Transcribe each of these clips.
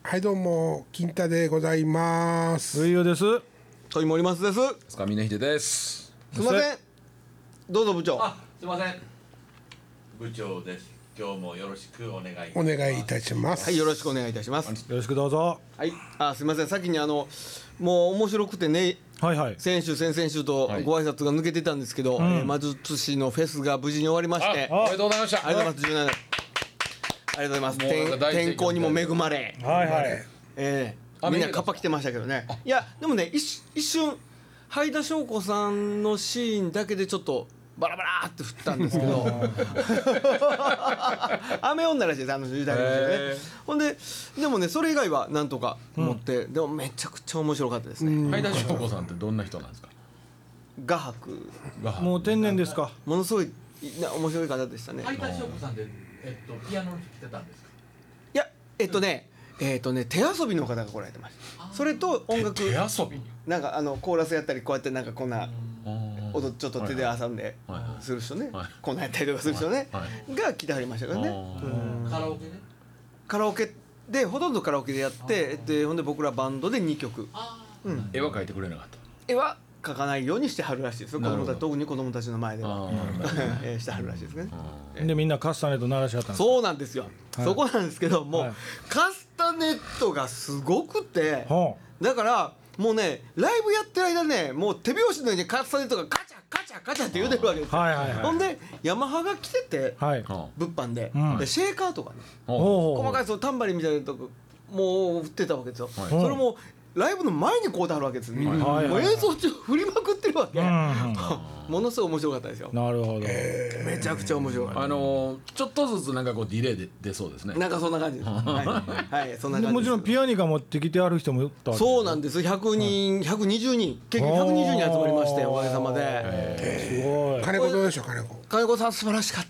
はいどうも金太でございます。 上与です。 鳥森松です。 塚峰秀です。 すいません。どうぞ部長。 すいません。部長です。今日もよろしくお願いいたします。 お願いいたします。 はい、よろしくお願いいたします。 よろしくどうぞ。 はい。すいません。先にもう面白くてね。 はいはい。 先週先々週とご挨拶が抜けてたんですけど、魔術師のフェスが無事に終わりまして、 おめでとうございました。 ありがとうございます。17年。ありがとうございます。天候にも恵まれ、 はいはい。 みんなカッパ着てましたけどね。いやでもね一瞬灰田翔子さんのシーンだけでちょっとバラバラって降ったんですけど雨女らしいです、時代ですね。ほんででもねそれ以外はなんとか思って、でもめちゃくちゃ面白かったですね。 灰田翔子さんってどんな人なんですか？ 画伯、 もう天然ですか？ ものすごい面白い方でしたね。 灰田翔子さんでピアノの人来てたんですか？ いや手遊びの方が来られてました。それと音楽手遊びなんかコーラスやったりこうやってなんかこんなちょっと手で遊んでする人ね、こんなやったりとかする人ねが来てはりましたからね。 カラオケで？ カラオケでほとんどカラオケでやって、ほんで僕らバンドで2曲。 絵は描いてくれなかった？ 絵は描かないようにしてはるらしいですよ。特に子供たちの前ではしてはるらしいですね。 でみんなカスタネット鳴らしちゃったんですか？ そうなんですよ、そこなんですけども、カスタネットがすごくて、だからもうねライブやってる間ねもう手拍子のようにカスタネットがカチャカチャカチャって言うてるわけですよ。ほんでヤマハが来てて、物販でシェーカーとかね細かいそのタンバリンみたいなとこもう売ってたわけですよ。それもライブの前にこうてあるわけです。もう演奏中振りまくってるわけ。ものすごい面白かったですよ。 なるほど。 めちゃくちゃ面白かった。 ちょっとずつなんかこうディレイで出そうですね。 なんかそんな感じです。はい、そんな感じです。 もちろんピアニカ持ってきてある人もいた。 そうなんです。100人、120人、結局120人集まりましておかげさまで。 すごい。 金子どうでしょう？金子さん素晴らしかった。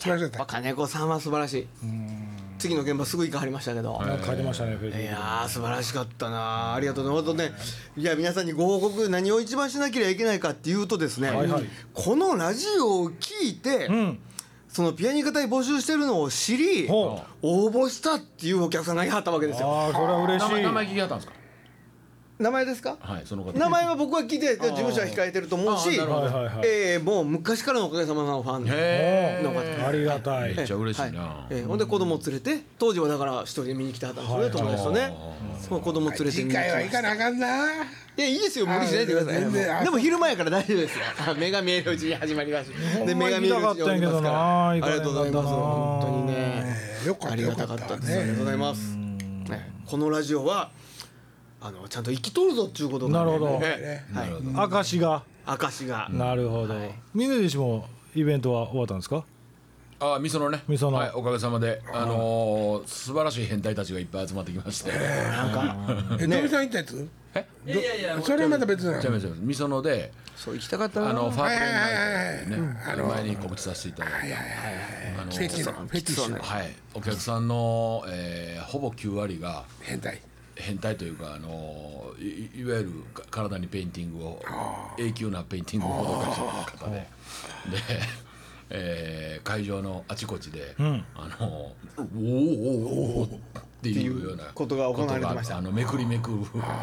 金子さんは素晴らしい。次の現場すぐ行かはりましたけど、 書いてましたね。 いやー素晴らしかったな。ありがとうございます。ね、いや皆さんにご報告、何を一番しなければいけないかっていうとですね、このラジオを聞いて、そのピアニカ隊募集してるのを知り応募したっていうお客さんがいはったわけですよ。 それは嬉しい。 名前聞きはったんですか？ 名前ですか？ はい、その方。 名前は僕は聞いて事務所は控えてると思うし、もう昔からのおかげさまのファンの方。 ありがたい。 めっちゃ嬉しいな。 ほんで子供を連れて、当時はだから一人で見に来てはったんですよね、友達とね。そう子供連れて見に来て。 次回は行かなあかんな。 いやいいですよ、無理しないでください。でも昼前から大丈夫ですよ。目が見えるうちに始まります。で目が見えるうちに終わりますから。ありがとうございます。本当にね。ありがたかったです。ありがとうございます。このラジオはちゃんと生きとるぞっていうことが。 なるほど。証が。なるほど。峰岸もイベントは終わったんですか？ みそのね。 みその。 はい、おかげさまで素晴らしい変態たちがいっぱい集まってきまして。 なんか土井さん行ったやつ？ いやそれはまた別なの。 みそのでそう行きたかったな。 ファープレンナイトっていうね、前に告知させていただいたフェティッシュのお客さんのほぼ9割が変態というかいわゆる体にペインティングを永久なペインティングを施した方で会場のあちこちでおおっていうようなことが行われてました。 めくりめく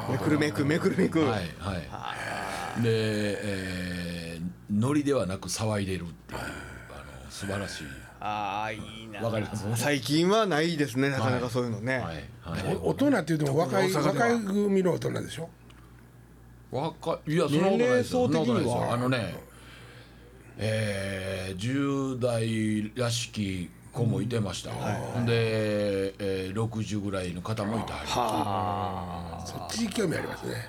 はいでノリではなく騒いでるっていう素晴らしい。 いいな。 わかります？ 最近はないですね、なかなかそういうのね。 大人って言うても若い組の大人でしょ？ いやそんなことないですよ。10代らしき子もいてました。で60ぐらいの方もいたはり。そっちに興味ありますね。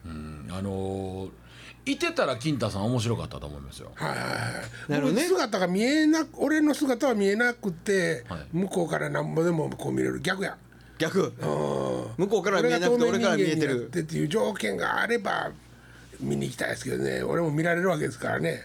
いてたら金太さん面白かったと思いますよ。 僕姿が見えなく、俺の姿は見えなくて、向こうからなんぼでもこう見れる。逆向こうから見えなくて俺から見えてるっていう条件があれば見に行きたいですけどね。俺も見られるわけですからね。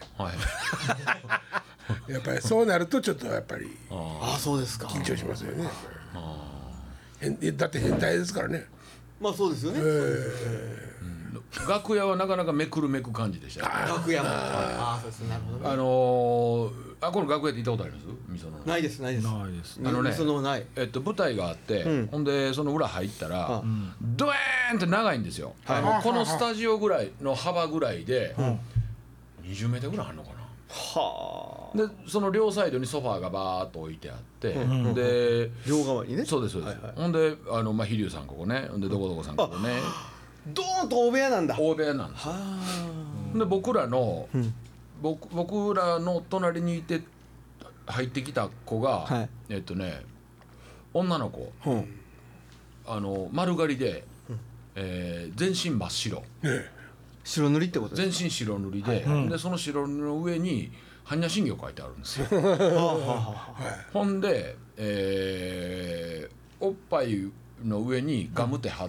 やっぱりそうなるとちょっとやっぱりそうですか。 緊張しますよね。だって変態ですからね。 まあそうですよね。 楽屋はなかなかめくるめく感じでしたよ。 楽屋もそうですね、なるほどね。 この楽屋って行ったことあります？みそのないですないです。 ね、 そのない。 舞台があって、ほんでその裏入ったら、ドエーンって長いんですよ。このスタジオぐらいの幅ぐらいで、20メートルぐらいあるのかな。でその両サイドにソファーがバーッと置いてあって、で両側にね。 そうですそうです。ほんで飛龍さんここね、ほんでどこどこさんここね。 ドーンと大部屋なんだ。 大部屋なんです。で僕らの隣にいて入ってきた子が、女の子、丸刈りで、全身真っ白、 白塗りってことですか？ 全身白塗りで、でその白塗りの上に般若心経書いてあるんですよ。ほんで、おっぱいの上にガムテ貼って、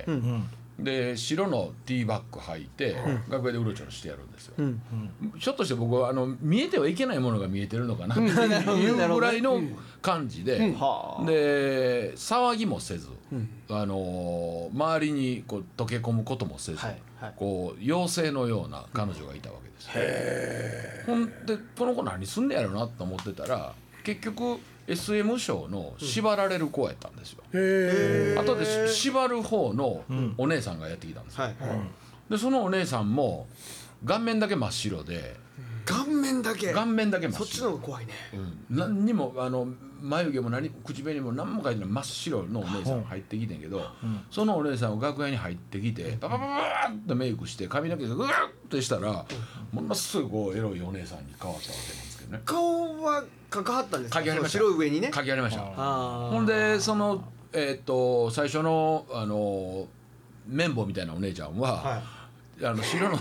で白のティーバッグ履いて、楽屋でうろちょろしてやるんですよ。ひょっとして僕は見えてはいけないものが見えてるのかなっていうぐらいの感じで、で騒ぎもせず、周りにこう溶け込むこともせず、こう妖精のような彼女がいたわけです。ほんでこの子何すんねやろなと思ってたら、結局SM ショーの縛られる子やったんですよ。後で縛る方のお姉さんがやってきたんですよ。でそのお姉さんも顔面だけ真っ白で、 顔面だけ真っ白。 そっちの方が怖いね。 何にも眉毛も口紅も何も描いてない真っ白のお姉さんが入ってきてんけど、そのお姉さんを楽屋に入ってきてババババーッとメイクして髪の毛でグーッとしたら、ものすごいこうエロいお姉さんに変わったわけなんですけどね。 顔は描かはったんですか？ 描きはりました。 白い上にね描きはりました。ほんでその最初の綿棒みたいなお姉ちゃんは、白の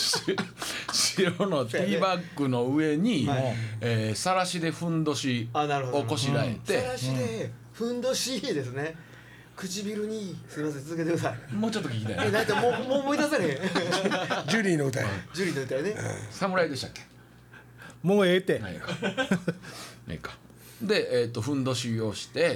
ティーバッグの上にさらしでふんどしをこしらえて、 さらしでふんどしですね。唇にすみません続けてください。 もうちょっと聞きたい。 なんかもう思い出されへん。 ジュリーの歌や。 ジュリーの歌やね。 侍でしたっけ？ もうええってないか。ないか。でふんどしをして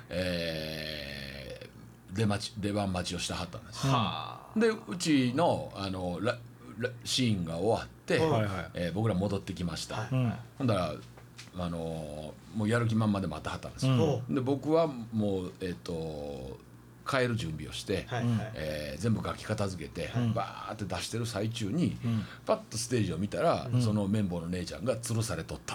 出番待ちをしてはったんです。でうちのシーンが終わって、僕ら戻ってきました。ほんだらもうやる気満々で待ってはったんですよ。で僕はもう帰る準備をして、全部楽器片付けて、バーって出してる最中に、パッとステージを見たら、その綿棒の姉ちゃんが吊るされとった。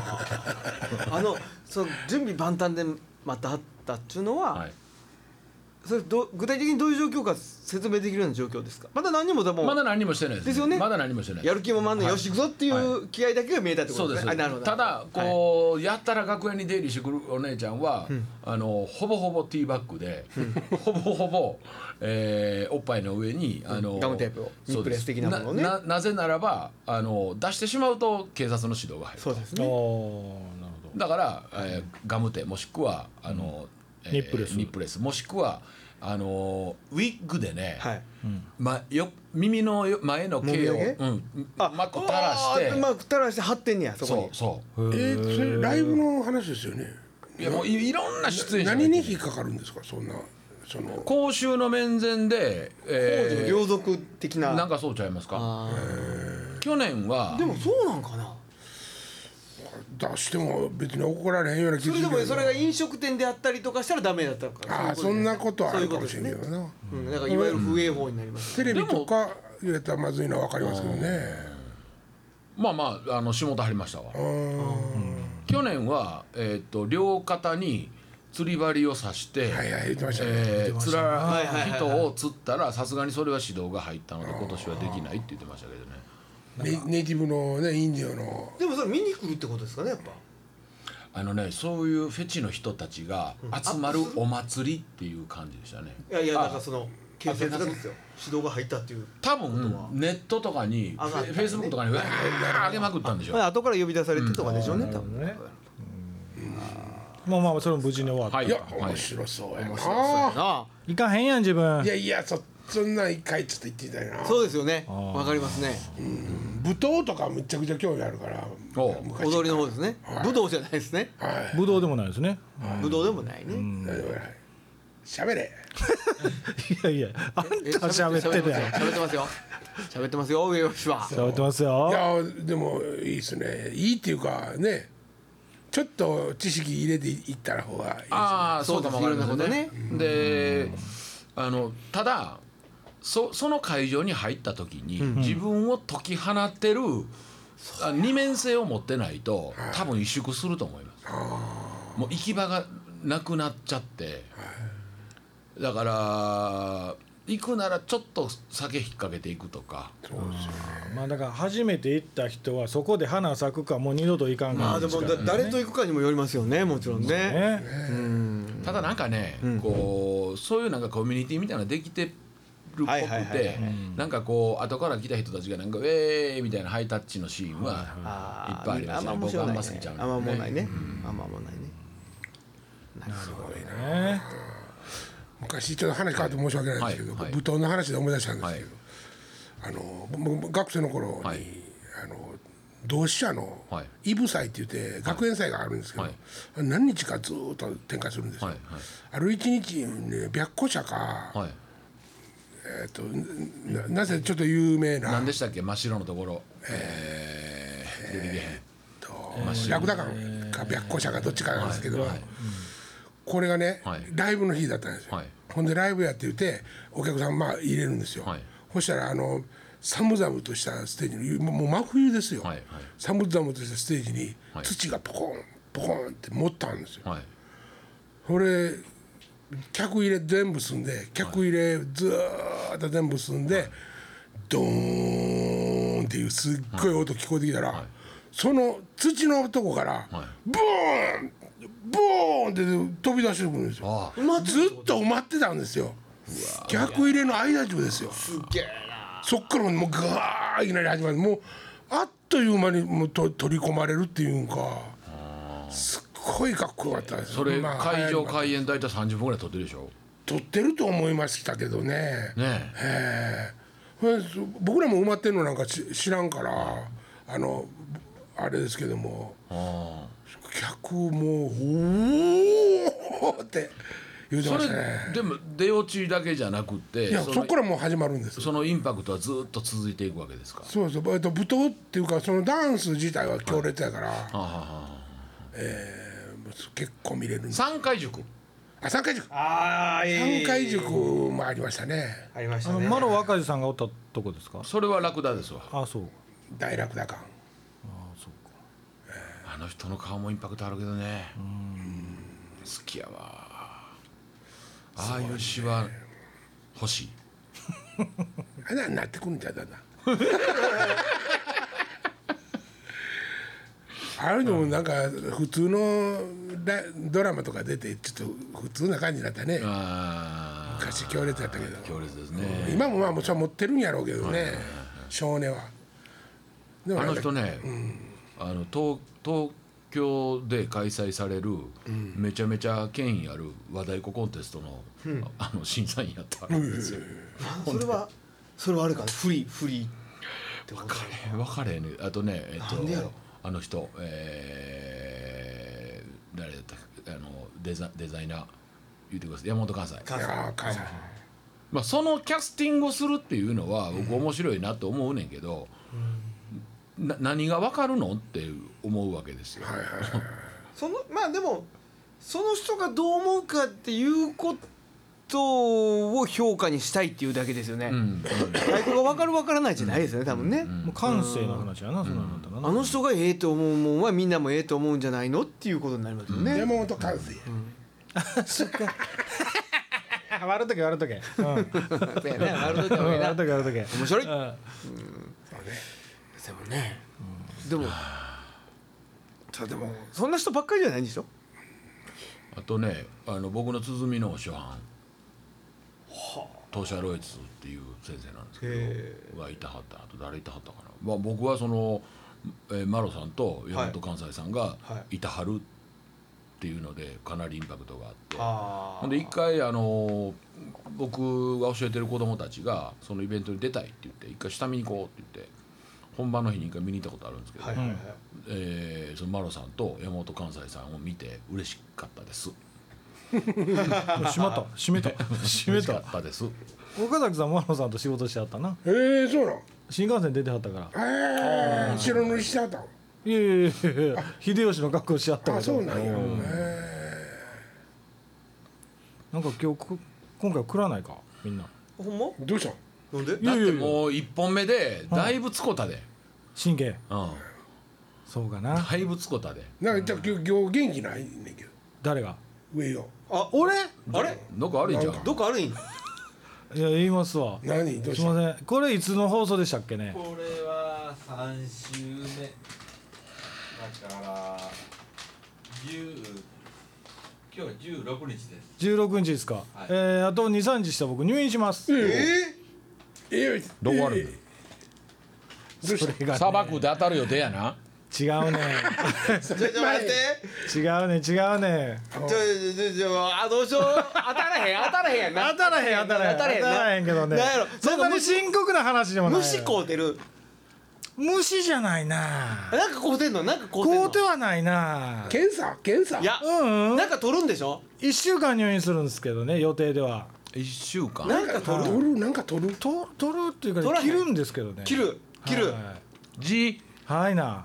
その準備万端で待ってはったっていうのは、それ具体的にどういう状況か説明できるような状況ですか？まだ何もしてないですよね。 まだ何もしてない。 やる気も満々よし行くぞっていう気合だけが見えたってことですね。 ただこうやったら楽屋に出入りしてくるお姉ちゃんはほぼほぼティーバッグでほぼほぼおっぱいの上にガムテープをニップレス的なものをね。 なぜならば出してしまうと警察の指導が入る。 そうですね。 だからガムテもしくはニップレスもしくはウィッグでね、耳の前の毛をまく垂らして貼ってんねやそこに。 それライブの話ですよね。 いやもういろんな出演者何に引っかかるんですか？そんな公衆の面前で両属的ななんかそうちゃいますか？去年はでもそうなんかな。 出しても別に怒られへんような気がするけど。 それが飲食店であったりとかしたらダメだったのか。 そんなことはあるかもしれないけどな。 だからいわゆる不営法になります。 テレビとか入れたらまずいのは分かりますけどね。 まあ仕事入りましたわ。去年は両肩に釣り針を刺して釣ら人を釣ったらさすがにそれは指導が入ったので今年はできないって言ってましたけどね。 ネイティブのねインディオの。 でもそれ見に来るってことですかね、やっぱ。 そういうフェチの人たちが集まるお祭りっていう感じでしたね。 いやなんかその警察がですよ、指導が入ったっていう。 多分ネットとかにフェイスブックとかに上げまくったんでしょ。 後から呼び出されてとかでしょうね、多分ね。 まあそれも無事に終わった。 いや面白そうやな。 行かへんやん自分。 いやそんな一回ちょっと行ってみたいな。 そうですよね。わかりますね。 舞踏とかむちゃくちゃ興味あるから。 踊りの方ですね。武道じゃないですね。 武道でもないですね。 武道でもないね。 喋れ。 いやいや、あんた喋ってるやん。 喋ってますよ。喋ってますよ、上吉は。 喋ってますよ。 いやでもいいですね。いいっていうかね、ちょっと知識入れていったら方がいいですね。 ああ、そうかもわかりますね。 で、ただその会場に入った時に、自分を解き放ってる二面性を持ってないと多分萎縮すると思います。もう行き場がなくなっちゃって、だから行くならちょっと酒引っ掛けていくとか。 そうですよね。 まあだから初めて行った人はそこで花咲くかもう二度と行かんか、 まあでも誰と行くかにもよりますよね、もちろんね。 ただなんかね、こうそういうなんかコミュニティみたいなのできてるっぽくて、なんかこう後から来た人たちがなんかウェーイみたいなハイタッチのシーンはいっぱいありましたね。僕はあんま好きちゃう。 あんまもうないね。あんまもうないね。 なるほどね。 昔ちょっと話変わって申し訳ないんですけど、舞踏の話で思い出したんですけど、僕学生の頃に同志社のイブ祭って言って学園祭があるんですけど、何日かずっと展開するんですよ。ある一日にね、白虎社か、なぜちょっと有名な何でしたっけ、真っ白のところ、出てけへん、 ラクダ館か白虎社かどっちかなんですけど、これがね、ライブの日だったんですよ。ほんでライブやって言ってお客さんまあ入れるんですよ。そしたら寒々としたステージに、もう真冬ですよ、寒々としたステージに土がポコンポコンって持ったんですよ。これ客入れ全部済んで、客入れずーっと全部済んで、ドーンっていうすっごい音聞こえてきたら、その土のとこからボーンボーンって飛び出してくるんですよ。ずっと埋まってたんですよ。客入れの間中ですよ。 すげえな。 そっからもうガーいきなり始まる。もうあっという間にもう取り込まれるっていうんか、すっごいかっこよかったです。 それ、会場開演大体30分ぐらい撮ってるでしょ。 撮ってると思いましたけどね。僕らも埋まってるのなんか知らんから、あれですけども、客もおーって言うてましたね。 それでも出落ちだけじゃなくて、 いや、そこからもう始まるんです。 そのインパクトはずっと続いていくわけですか。 そうそう、舞踏っていうかそのダンス自体は強烈やから、結構見れるんです。 3回塾、 3回塾、3回塾もありましたね。 ありましたね。 マロ若司さんがおったとこですか。 それはラクダですわ。 そう。 大楽だかん。 そうか。 あの人の顔もインパクトあるけどね。好きやわ。ああいう詩は欲しい。 なってくるんじゃだんだん。あるのもなんか普通のドラマとか出てちょっと普通な感じだったね。昔強烈だったけど。 強烈ですね。 今もまあもちろん持ってるんやろうけどね、少年は。 でもあの人ね、東京で開催されるめちゃめちゃ権威ある和太鼓コンテストの、審査員やったんですよ。 それはあるかな、フリーって分かれへんね。あとね、 なんでやろ。 あの人、誰だったっけ、デザイナー言ってください。山本関西。まあそのキャスティングをするっていうのは僕面白いなと思うねんけど、何が分かるのって思うわけですよ。 まあでもその人がどう思うかっていうことを評価にしたいっていうだけですよね。太鼓が分かる分からないじゃないですよね、多分ね。 もう感性の話やな、そんなのだったらな。 あの人がええと思うもんはみんなもええと思うんじゃないのっていうことになりますよね。 山本関西。 そっか。笑うとけ。 そうやね、笑うとけ面白い。でもね、でもそんな人ばっかりじゃないんでしょ。 あとね、僕の鼓の初伴、東社ロエツっていう先生なんですけどがいたはった。あと誰いたはったかな。僕はそのマロさんと山本関西さんがいたはるっていうのでかなりインパクトがあって、ほんで一回僕が教えてる子供たちがそのイベントに出たいって言って一回下見に行こうって言って本番の日に一回見に行ったことあるんですけど、そのマロさんと山本関西さんを見て嬉しかったです。 閉めた岡崎さん真野さんと仕事してはったな。 そうなん新幹線出てはったから。 白塗りしてはったん。 いやいや秀吉の格好しちゃったから。 そうなんや。 なんか今回来らないかみんな。 ほんま？ どうしたん？ なんで？ だってもう1本目でだいぶつこたで。 神経。そうかな。 だいぶつこたで。 なんか今日元気ないねんけど。 誰が？ 上よ。 俺？ あれ？ どこ悪いんじゃん。 どこ悪いん？ いや言いますわ。 何？どうした？ すみません。これいつの放送でしたっけね？ これは3週目だから今日は16日です。 16日ですか。あと2、3日したら僕入院します。 どこ悪い？ それがね。 砂漠で当たる予定やな。 違うね。 ちょっと待って。 違うね。 どうしよう。当たらへんやんな。 当たらへんけどね。そんなに深刻な話でもない。 虫買うてる。 虫じゃないな。 なんか買うてんの？ 買うてはないな。 検査？ いや、なんか取るんでしょ ？1週間入院するんですけどね、予定では。 1週間。 なんか取る取るっていうか切るんですけどね。 切る。 G。 はいな。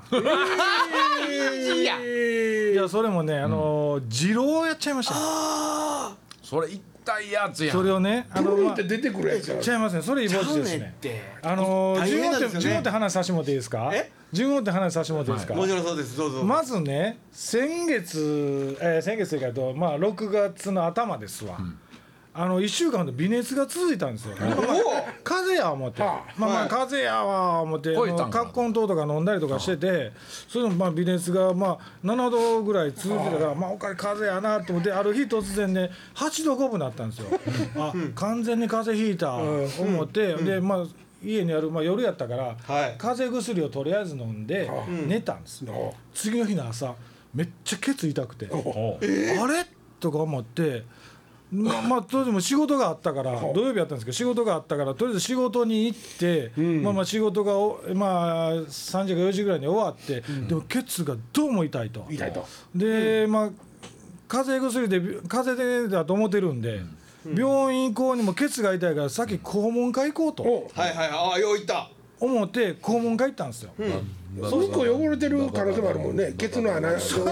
いやそれもね痔瘻をやっちゃいました。 それ痛いやつやん。 それをねプルンって出てくるやつや。 違いますね。それイボ痔ですね。順って話させてもらっていいですか？順って話させてもらっていいですか？ もちろんそうです。どうぞ。 まずね先月というかまあ6月の頭ですわ。1週間で微熱が続いたんですよ。風邪や思って、まあ風邪やわ思って葛根湯とか飲んだりとかしてて、それでもまあ微熱がまあ7度ぐらい続いてたから、まあおかげ風邪やなと思って、ある日突然ね8度5分になったんですよ。あ、完全に風邪ひいた思って、でまあ家にある、まあ、夜やったから、風邪薬をとりあえず飲んで寝たんです。次の日の朝めっちゃケツ痛くて、あれとか思って。まあ当時も仕事があったから土曜日やったんですけど、仕事があったからとりあえず仕事に行って、まあ仕事がまあ3時か4時ぐらいに終わって、でもケツがどうも痛いと。でまあ風邪だと思ってるんで、病院行こうにもケツが痛いからさっき肛門科行こうと。よう行った。 思って肛門科行ったんですよ。 そうすると汚れてる可能性もあるもんね。ケツの穴。 そう。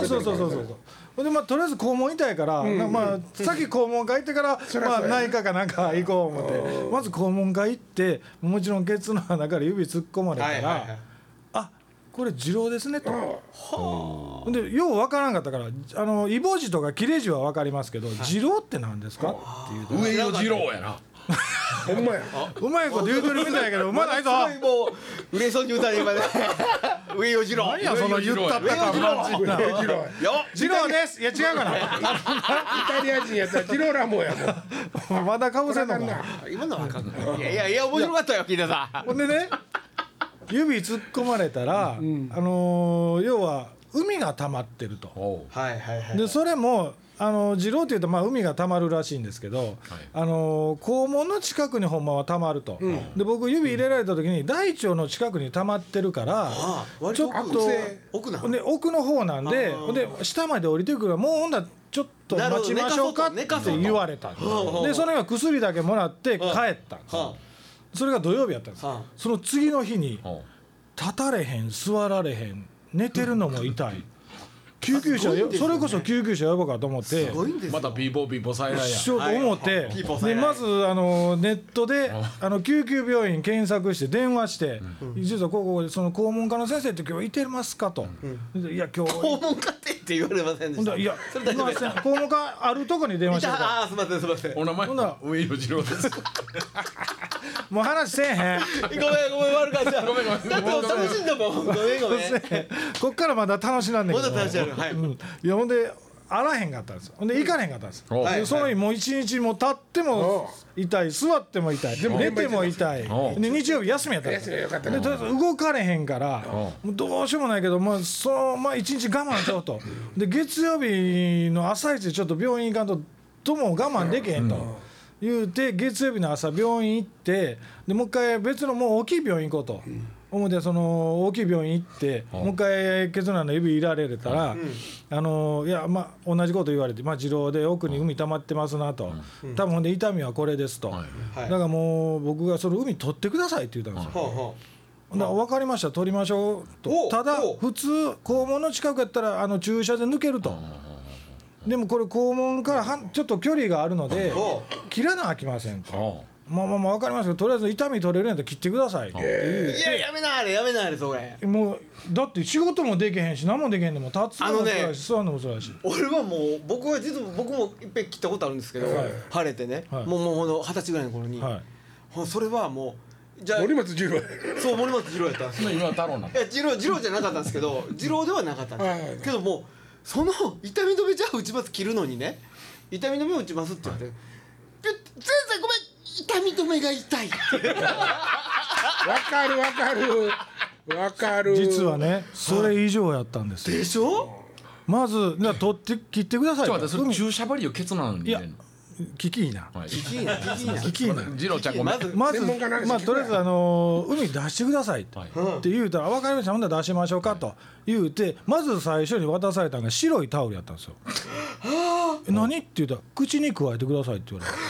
でまあとりあえず肛門痛いから、まあさっき肛門科行ってからまあ内科かなんか行こう思って、まず肛門科行ってもちろんケツの穴から指突っ込まれたら、あこれ痔瘻ですねと。でよう分からんかったからイボ痔とか切れ痔は分かりますけど、痔瘻って何ですかっていう上よ痔瘻やな。 ほんまや。 うまいこと言うてるみたいやけどうまないぞ。 もう嬉しそうに言うたね今ね。上よ痔瘻。 何やその言ったった感じな。痔瘻です。いや違うかな。 イタリア人やったらジローラモやもん。 まだかぶせんのか。 今のはあかんの。いや面白かったよ聞いてさ。 ほんでね指突っ込まれたら要は海が溜まってると。でそれも痔瘻っていうとまあ海が溜まるらしいんですけど、肛門の近くにほんまは溜まると。で僕指入れられた時に大腸の近くに溜まってるからちょっと奥の方なんで、下まで降りてくるからもうほんならちょっと待ちましょうかって言われたんです。でその日は薬だけもらって帰ったんです。それが土曜日やったんです。その次の日に立たれへん座られへん寝てるのも痛い。救急車それこそ救急車呼ぼうかと思ってまたピーポーさえないやんしようと思ってでまずネットで救急病院検索して電話して実はここでその肛門科の先生って今日いてますかと。いや今日肛門科って言われませんでした。 いや肛門科あるとこに電話してああすみません。 お名前は上色次郎です。 もう話せえへん。 ごめん悪かった。ごめんだって楽しんだもん。ごめん。 こっからまだ楽しなんねんけど。 まだ楽しい。 いやほんであらへんかったんです。ほんで行かれへんかったんです。その日もう一日も立っても痛い座っても痛い寝ても痛いで日曜日休みやったんです。でとりあえず動かれへんからどうしようもないけどまあ一日我慢しようと。で月曜日の朝一でちょっと病院行かんともう我慢できへんと言うて月曜日の朝病院行ってでもう一回別のもう大きい病院行こうと。 思ってその大きい病院行ってもう一回ケツの穴指入れられたら、いやまあ同じこと言われて、まあ痔lõで奥に海溜まってますなと、多分ほんで痛みはこれですと、だからもう僕がその海取ってくださいって言ったんですよ。だから分かりました取りましょうと。ただ普通肛門の近くやったら注射で抜けると。でもこれ肛門からちょっと距離があるので切らなあきませんと。まあ分かりますけどとりあえず痛み取れるんやったら切ってくださいって言うて、 いややめなあれやめなあれそれ。 もうだって仕事もできへんし何もできへんでも立つのも辛いし座るのも辛いし。 俺はもう僕もいっぺん切ったことあるんですけど、晴れてね、もう20歳ぐらいの頃に、それはもうじゃあ森松次郎そう森松次郎やったんですよ。 今太郎なんいや次郎じゃなかったんですけど次郎ではなかったんですけどもその痛み止めじゃあ打ちます切るのにね痛み止めを打ちますって言って「先生ごめん痛み止めが痛い」ってわかる実はねそれ以上やったんですよ。 でしょ。 まず取って切ってくださいと。 ちょっと待ってそれ注射針をケツなのに入れんの。 聞きいいな聞きいいな。 次郎ちゃんごめん。 まずとりあえず海出してくださいって言うたら分かりましたほんなら出しましょうかと言うてまず最初に渡されたのが白いタオルやったんですよ。何って言うたら口に加えてくださいって言われて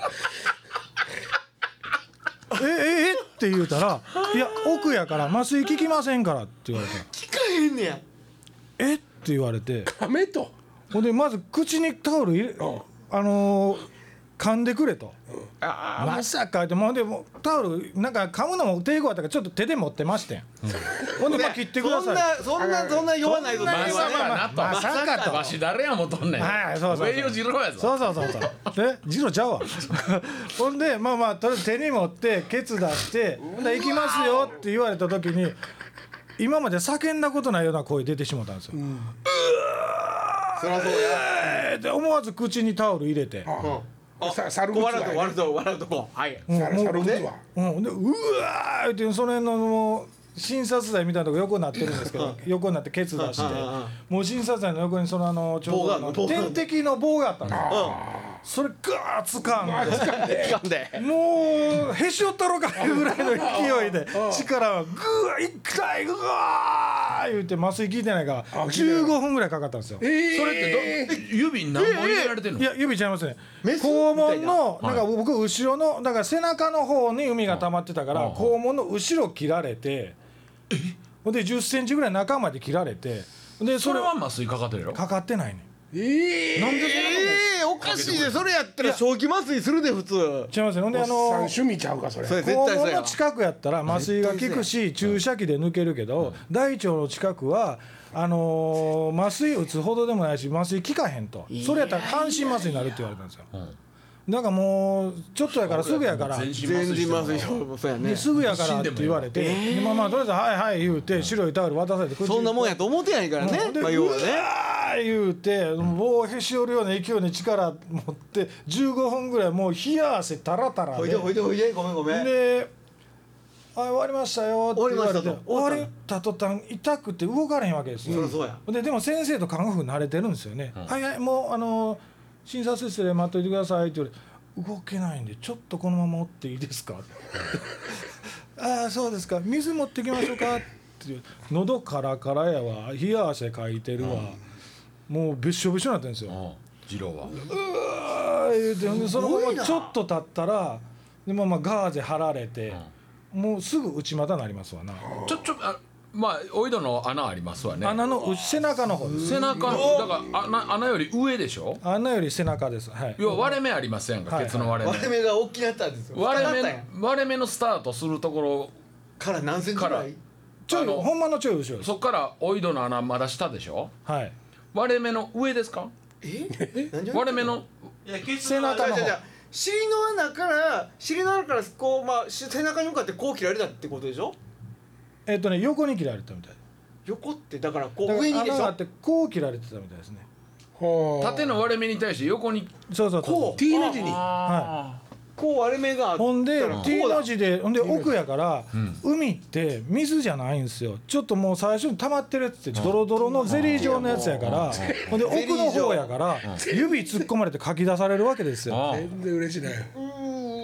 って言うたらいや奥やから麻酔効きませんからって言われて聞かへんねや。 って言われてカメとほんでまず口にタオル入れ噛んでくれと。まさかってもうタオルなんか噛むのも抵抗あったからちょっと手で持ってましてん。ほんで切ってください。 そんな酔わないぞ。 まさかなと。 まさかと。 わし誰やもとんねん。 はいそう上与次郎やぞ。 そうで次郎ちゃうわ。ほんでまあとりあえず手に持ってケツ出して「行きますよ」って言われた時に今まで叫んだことないような声出てしまったんですよ。 そりゃそうや。 で思わず口にタオル入れて。 猿靴笑うとこはい。 猿靴はでうわーってその辺のもう診察台みたいなとこ横になってるんですけど横になってケツ出してもう診察台の横にそのちょうど点滴の棒があったんですよ。それガーッ掴んでもうへし折ったろかぐらいの勢いで力をグー一回グワー言うて麻酔効いてないから15分ぐらいかかったんですよ。 それって指何本入れられてるの。 いや指ちゃいますね。肛門のなんか僕後ろのだから背中の方に海が溜まってたから肛門の後ろ切られてほんで10センチぐらい中まで切られてでそれは麻酔かかってるやろ。 かかってないね。 なんでそんなおかしいでそれやったら正気麻酔するで普通。 違いますよ。ほんで趣味ちゃうかそれ。 肛門の近くやったら麻酔が効くし注射器で抜けるけど大腸の近くは麻酔打つほどでもないし麻酔効かへんとそれやったら半身麻酔になるって言われたんですよ。だからもうちょっとやからすぐやから全身麻酔そうやね。 すぐやからって言われてまあとりあえずはいはい言うて白いタオル渡されてそんなもんやと思ってないからね。 でうわー言うて棒をへし折るような勢いに力持って15分ぐらいもう冷や汗タラタラでほいでごめん。 で終わりましたよって言われて終終わった途端痛くて動かれへんわけですよ。 そうや。 でも先生と看護婦慣れてるんですよね。はいもう診察室で待っといてくださいって言われて動けないんでちょっとこのままおっていいですかああそうですか水持ってきましょうかって喉カラカラやわ冷や汗かいてるわもうべっしょべしょになってるんですよ。 次郎はうわー言うてそのままちょっと経ったらでまあガーゼ貼られてもうすぐ内股になりますわな。 まあおいどの穴ありますわね。 穴の背中の方です。 背中のだから穴より上でしょ。 穴より背中です。はい。 要は割れ目ありませんか、ケツの割れ目。 割れ目が大きなったんですよ。 割れ目のスタートするところから何センチぐらい？ ほんまのちょい後ろです。 そっからおいどの穴まだ下でしょ。 はい。 割れ目の上ですか。割れ目の背中の方。 尻の穴からこう背中に向かってこう切られたってことでしょ。 横に切られたみたい。 横ってだからこう上にでしょ。 穴があってこう切られてたみたいですね。 縦の割れ目に対して横にそうこう T の字にこう割れ目があったらほんで T の字でほんで奥やから海って水じゃないんですよ。ちょっともう最初に溜まってるやつってドロドロのゼリー状のやつやからほんで奥の方やから指突っ込まれてかき出されるわけですよ。 全然嬉しいね。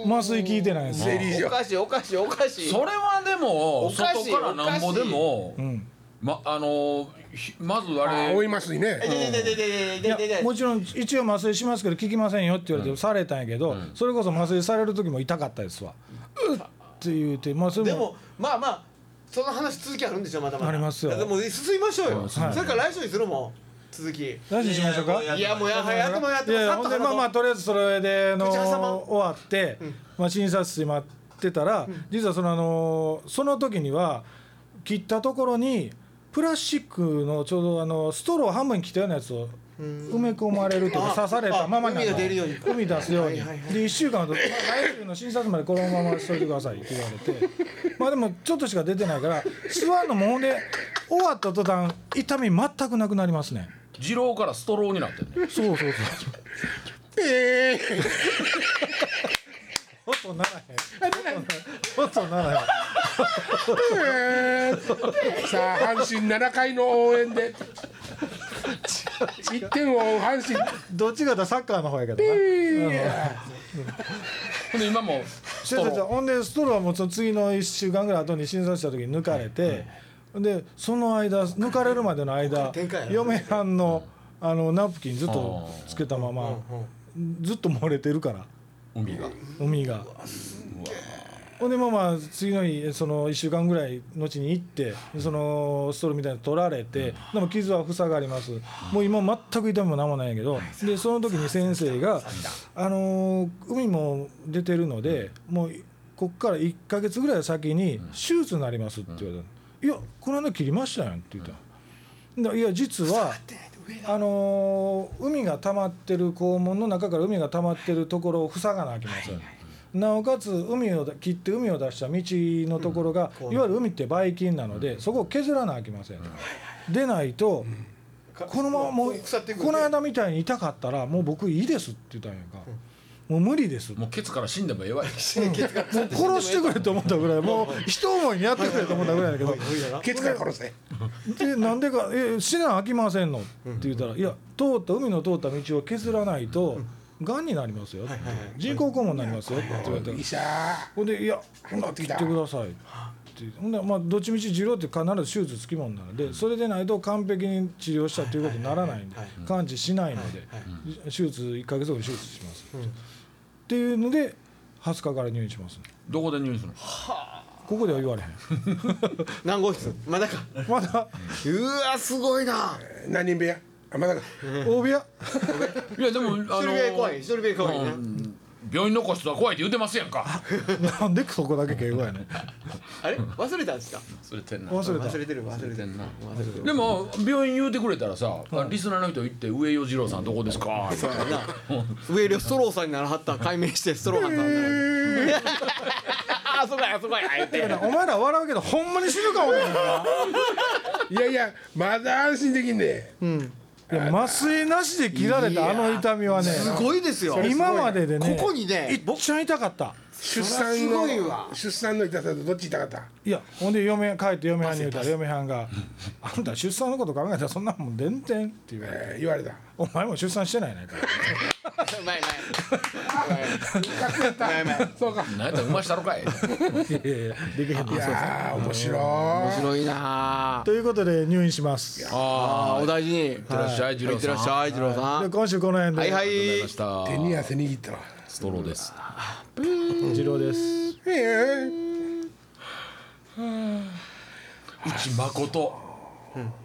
麻酔効いてないんですよ。 おかしいおかしいおかしい。 それはでもおかしい外からなんぼでもまずあれ追いますね。 いやもちろん一応麻酔しますけど効きませんよって言われてされたんやけど、それこそ麻酔される時も痛かったですわ。うっって言うて、まあそれでもまあまあその話続きあるんでしょまだまだ。 ありますよでも進みましょうよ。 はいそれから来週にするもん続き。 大事にしましょうか。 いやもうやってもやっていやいやもさっとほんでまあまあとりあえずそれで口挟まん終わって、まあ診察室に待ってたら、実はその時には切ったところにプラスチックのちょうどストロー半分に切ったようなやつを埋め込まれるというか刺されたままになる海が出るように海出すように、 はいはいはいで1週間と来週の診察までこのまましといてくださいって言われてまあでもちょっとしか出てないから座るのもほんで終わった途端痛み全くなくなりますね。 二郎からストローになってるね。 そうそうそう音ならへん音ならへんさあ阪神7回の応援で1点を追う阪神。 どっちかとサッカーの方やけどな。 ほんで今もストローほんでストローはもうその次の1週間ぐらい後に診察した時に抜かれて、でその間抜かれるまでの間展開やな嫁はんのナプキンずっとつけたままずっと漏れてるから海が。ほんでまあ次の日その1週間ぐらい後に行ってそのストローみたいなの取られて、でも傷は塞がります。もう今全く痛みもなんもないんやけど、でその時に先生が海も出てるのでもうこっから1ヶ月ぐらい先に手術になりますって言われた。いやこの間切りましたやんって言った。いや実は海が溜まってる肛門の中から海が溜まってるところを塞がなあきません。なおかつ海を切って海を出した道のところが、いわゆる海ってばい菌なので、そこを削らなあきません。でないと、このままもうこの間みたいに痛かったらもう僕いいですって言ったんやんか。もう無理です。 もうケツから死んでもええわい。 もう殺してくれと思ったぐらい、もう一思いにやってくれと思ったぐらいだけど、 ケツから殺せ。 でなんでか死なあきませんのって言ったら、いや海の通った道を削らないとがんになりますよ、人工肛門になりますよって言われて、 医者ほんでいやほんなら切ってくださいってほんでまあどっちみち治療って必ず手術つきもんなので、それでないと完璧に治療したということにならないんで、完治しないので手術1ヶ月後に手術しますっていうので20日から入院します。 どこで入院するの？ ここでは言われへん。 何号室まだか。 まだうわすごいな。 何人部屋？あまだか。 大部屋いやでも一人部屋怖い一人部屋怖いね。 病院の個室は怖いって言ってますやんか。 なんでそこだけ敬語やねん。 あれ忘れたんですか。 忘れてんな。 忘れてる忘れてるんな。 忘れてる。 でも病院言うてくれたらさ、リスナーの人行って上与二郎さんどこですか？ そうやな。上でストローさんにならはった解明してストローさんになる。あそこや言って。 お前ら笑うけどほんまに死ぬかもねんな。 いやいやまだ安心できんね。 いや麻酔なしで切られたあの痛みはね、 すごいですよ。 今まででねここにねいっちゃん痛かった。 出そりゃすごいわ産の痛さとどっち痛かった？ いやほんで帰って嫁はんに言うたら嫁はんが「あんた出産のこと考えたらそんなもん全然」って言われて言われた。 「お前も出産してないねんから」 前そうか。 何やったら産ましたろかい。 いやいやできへんでいやー面白い。 面白いな。 ということで入院します。 ああお大事に。いっいってらっしゃい二郎さん。 てらっしゃい二郎さん。 で今週この辺で、 はいはいありがとうございました。 手に汗握ったわ。 ストローです。 次郎です。 内誠。